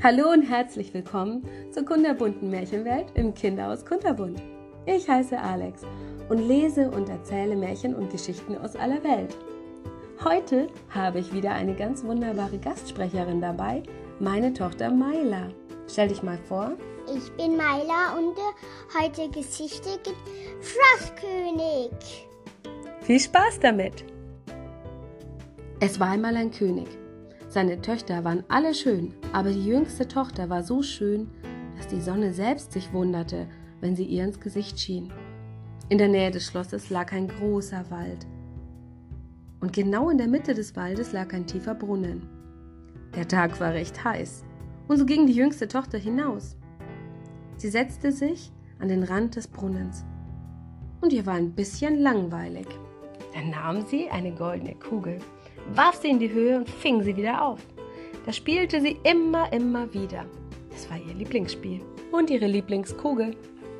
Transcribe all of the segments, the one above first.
Hallo und herzlich willkommen zur kunterbunten Märchenwelt im Kinderhaus Kunterbunt. Ich heiße Alex und lese und erzähle Märchen und Geschichten aus aller Welt. Heute habe ich wieder eine ganz wunderbare Gastsprecherin dabei, meine Tochter Maila. Stell dich mal vor. Ich bin Maila und heute Geschichte gibt Froschkönig. Viel Spaß damit! Es war einmal ein König. Seine Töchter waren alle schön, aber die jüngste Tochter war so schön, dass die Sonne selbst sich wunderte, wenn sie ihr ins Gesicht schien. In der Nähe des Schlosses lag ein großer Wald. Und genau in der Mitte des Waldes lag ein tiefer Brunnen. Der Tag war recht heiß, und so ging die jüngste Tochter hinaus. Sie setzte sich an den Rand des Brunnens, und ihr war ein bisschen langweilig. Dann nahm sie eine goldene Kugel, warf sie in die Höhe und fing sie wieder auf. Das spielte sie immer wieder. Das war ihr Lieblingsspiel und ihre Lieblingskugel.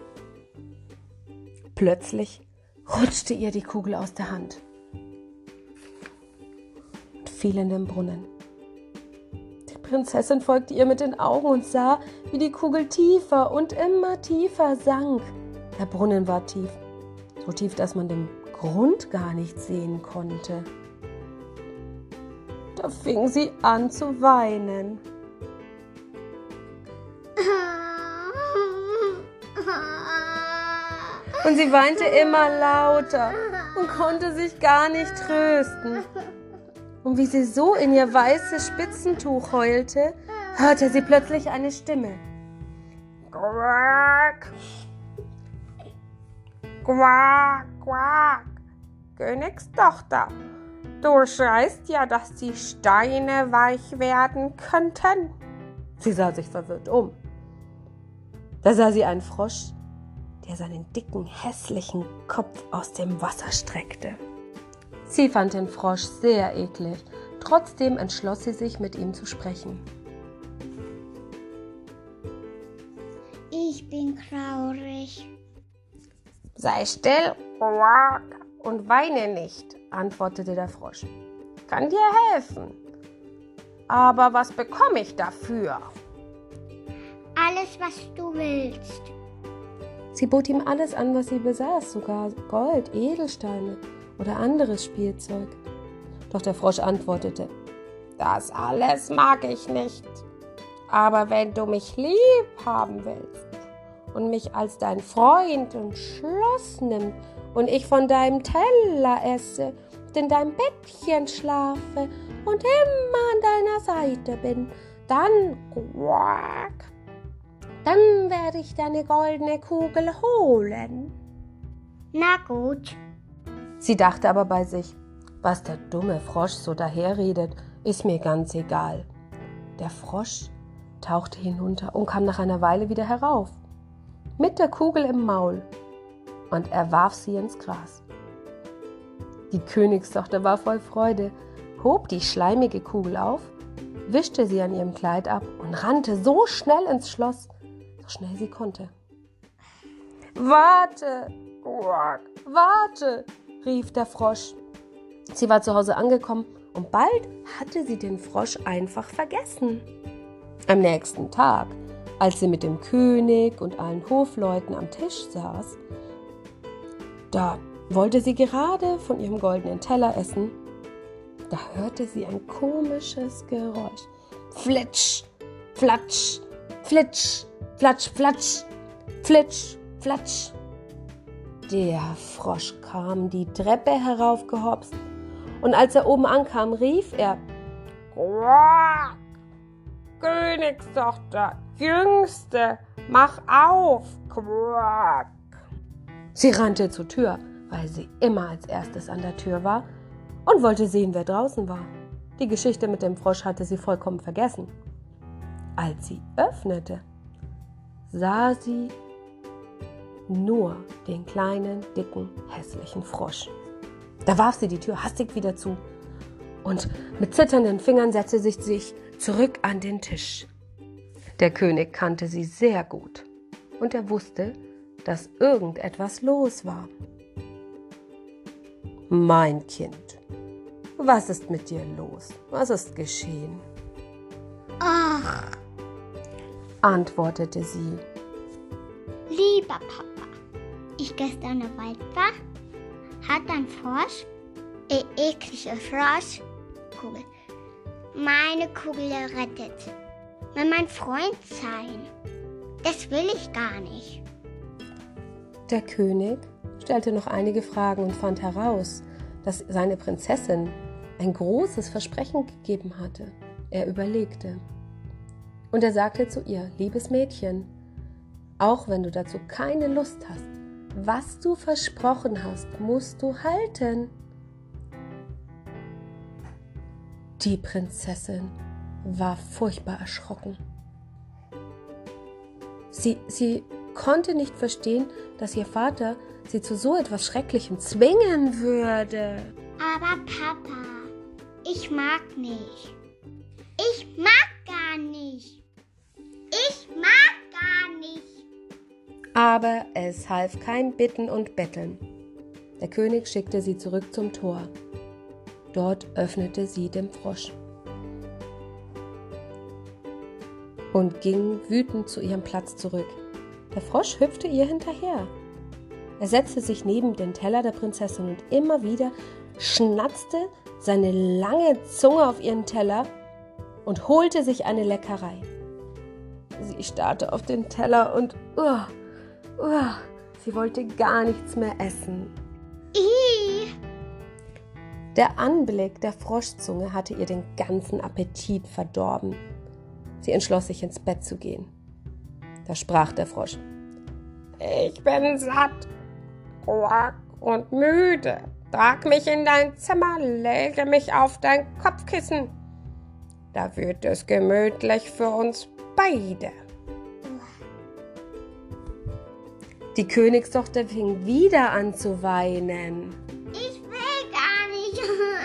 Plötzlich rutschte ihr die Kugel aus der Hand und fiel in den Brunnen. Die Prinzessin folgte ihr mit den Augen und sah, wie die Kugel tiefer und immer tiefer sank. Der Brunnen war tief, so tief, dass man den Grund gar nicht sehen konnte. Da fing sie an zu weinen. Und sie weinte immer lauter und konnte sich gar nicht trösten. Und wie sie so in ihr weißes Spitzentuch heulte, hörte sie plötzlich eine Stimme. Quack! Quack, quack! Königstochter! Du schreist ja, dass die Steine weich werden könnten. Sie sah sich verwirrt um. Da sah sie einen Frosch, der seinen dicken, hässlichen Kopf aus dem Wasser streckte. Sie fand den Frosch sehr eklig. Trotzdem entschloss sie sich, mit ihm zu sprechen. Ich bin traurig. Sei still und weine nicht, antwortete der Frosch. Ich kann dir helfen. Aber was bekomme ich dafür? Alles, was du willst. Sie bot ihm alles an, was sie besaß, sogar Gold, Edelsteine oder anderes Spielzeug. Doch der Frosch antwortete, das alles mag ich nicht. Aber wenn du mich lieb haben willst und mich als dein Freund ins Schloss nimmst und ich von deinem Teller esse und in deinem Bettchen schlafe und immer an deiner Seite bin, dann werde ich deine goldene Kugel holen. Na gut. Sie dachte aber bei sich, was der dumme Frosch so daherredet, ist mir ganz egal. Der Frosch tauchte hinunter und kam nach einer Weile wieder herauf, mit der Kugel im Maul, und er warf sie ins Gras. Die Königstochter war voll Freude, hob die schleimige Kugel auf, wischte sie an ihrem Kleid ab und rannte so schnell ins Schloss, so schnell sie konnte. Warte, warte, rief der Frosch. Sie war zu Hause angekommen und bald hatte sie den Frosch einfach vergessen. Am nächsten Tag, als sie mit dem König und allen Hofleuten am Tisch saß, da wollte sie gerade von ihrem goldenen Teller essen. Da hörte sie ein komisches Geräusch. Flitsch, flatsch, flitsch, flatsch, flatsch, flitsch, flatsch. Der Frosch kam die Treppe heraufgehopst und als er oben ankam, rief er, Quack, Königstochter, Jüngste, mach auf, Quack. Sie rannte zur Tür, weil sie immer als erstes an der Tür war und wollte sehen, wer draußen war. Die Geschichte mit dem Frosch hatte sie vollkommen vergessen. Als sie öffnete, sah sie nur den kleinen, dicken, hässlichen Frosch. Da warf sie die Tür hastig wieder zu und mit zitternden Fingern setzte sie sich zurück an den Tisch. Der König kannte sie sehr gut und er wusste, dass irgendetwas los war. Mein Kind, was ist mit dir los? Was ist geschehen? Ach, antwortete sie. Lieber Papa, ich gestern im Wald war, hat ein Frosch, eklige Froschkugel, meine Kugel gerettet. Will mein Freund sein. Das will ich gar nicht. Der König stellte noch einige Fragen und fand heraus, dass seine Prinzessin ein großes Versprechen gegeben hatte. Er überlegte. Und er sagte zu ihr: Liebes Mädchen, auch wenn du dazu keine Lust hast, was du versprochen hast, musst du halten. Die Prinzessin war furchtbar erschrocken. Sie konnte nicht verstehen, dass ihr Vater sie zu so etwas Schrecklichem zwingen würde. Aber Papa, ich mag nicht. Ich mag gar nicht. Ich mag gar nicht. Aber es half kein Bitten und Betteln. Der König schickte sie zurück zum Tor. Dort öffnete sie dem Frosch und ging wütend zu ihrem Platz zurück. Der Frosch hüpfte ihr hinterher. Er setzte sich neben den Teller der Prinzessin und immer wieder schnatzte seine lange Zunge auf ihren Teller und holte sich eine Leckerei. Sie starrte auf den Teller und sie wollte gar nichts mehr essen. Der Anblick der Froschzunge hatte ihr den ganzen Appetit verdorben. Sie entschloss sich, ins Bett zu gehen. Da sprach der Frosch: Ich bin satt, und müde. Trag mich in dein Zimmer, lege mich auf dein Kopfkissen. Da wird es gemütlich für uns beide. Die Königstochter fing wieder an zu weinen. Ich will gar nicht.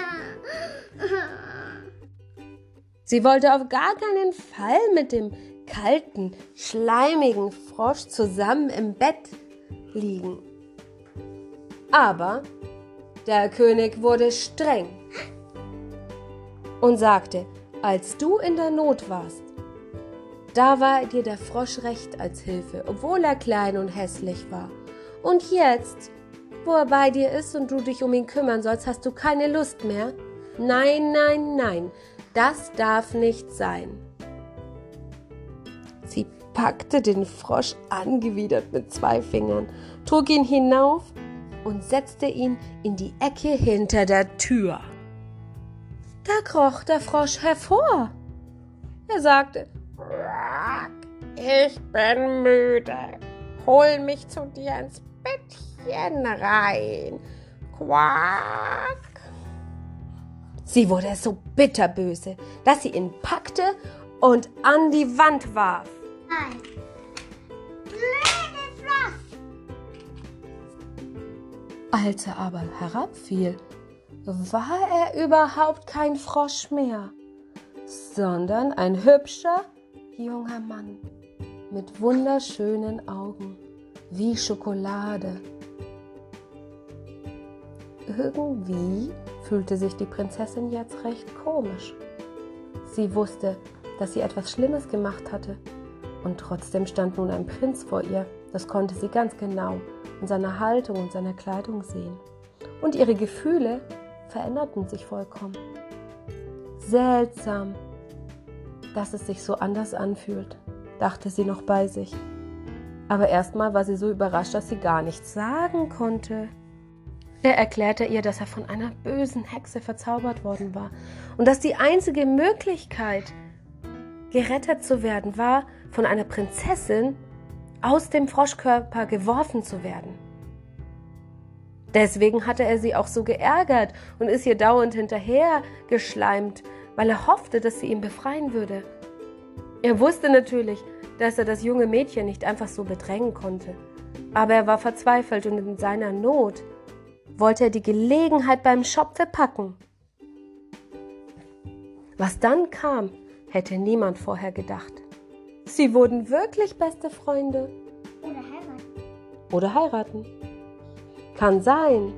Sie wollte auf gar keinen Fall mit dem kalten, schleimigen Frosch zusammen im Bett liegen. Aber der König wurde streng und sagte: Als du in der Not warst, da war dir der Frosch recht als Hilfe, obwohl er klein und hässlich war. Und jetzt, wo er bei dir ist und du dich um ihn kümmern sollst, hast du keine Lust mehr? Nein, nein, nein, das darf nicht sein. Sie packte den Frosch angewidert mit 2 Fingern, trug ihn hinauf und setzte ihn in die Ecke hinter der Tür. Da kroch der Frosch hervor. Er sagte: Ich bin müde. Hol mich zu dir ins Bettchen rein. Quack. Sie wurde so bitterböse, dass sie ihn packte und an die Wand warf. Nein. Blöde Frosch. Als er aber herabfiel, war er überhaupt kein Frosch mehr, sondern ein hübscher junger Mann mit wunderschönen Augen wie Schokolade. Irgendwie fühlte sich die Prinzessin jetzt recht komisch. Sie wusste, dass sie etwas Schlimmes gemacht hatte, und trotzdem stand nun ein Prinz vor ihr. Das konnte sie ganz genau in seiner Haltung und seiner Kleidung sehen. Und ihre Gefühle veränderten sich vollkommen. Seltsam, dass es sich so anders anfühlt, dachte sie noch bei sich. Aber erstmal war sie so überrascht, dass sie gar nichts sagen konnte. Er erklärte ihr, dass er von einer bösen Hexe verzaubert worden war und dass die einzige Möglichkeit, gerettet zu werden, war, von einer Prinzessin aus dem Froschkörper geworfen zu werden. Deswegen hatte er sie auch so geärgert und ist ihr dauernd hinterher geschleimt, weil er hoffte, dass sie ihn befreien würde. Er wusste natürlich, dass er das junge Mädchen nicht einfach so bedrängen konnte, aber er war verzweifelt und in seiner Not wollte er die Gelegenheit beim Schopfe packen. Was dann kam, hätte niemand vorher gedacht. Sie wurden wirklich beste Freunde. Oder heiraten. Kann sein.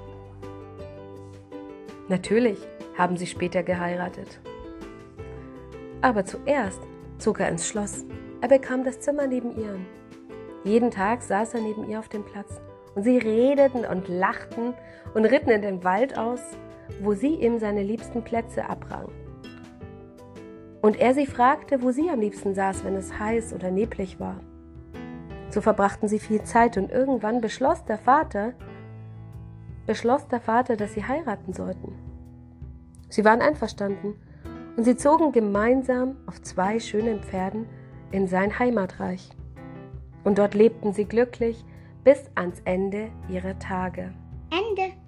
Natürlich haben sie später geheiratet. Aber zuerst zog er ins Schloss Er bekam das Zimmer neben ihr. Jeden Tag saß er neben ihr auf dem Platz und sie redeten und lachten und ritten in den Wald aus, wo sie ihm seine liebsten Plätze abrang. Und er sie fragte, wo sie am liebsten saß, wenn es heiß oder neblig war. So verbrachten sie viel Zeit und irgendwann beschloss der Vater, dass sie heiraten sollten. Sie waren einverstanden und sie zogen gemeinsam auf 2 schönen Pferden in sein Heimatreich. Und dort lebten sie glücklich bis ans Ende ihrer Tage. Ende.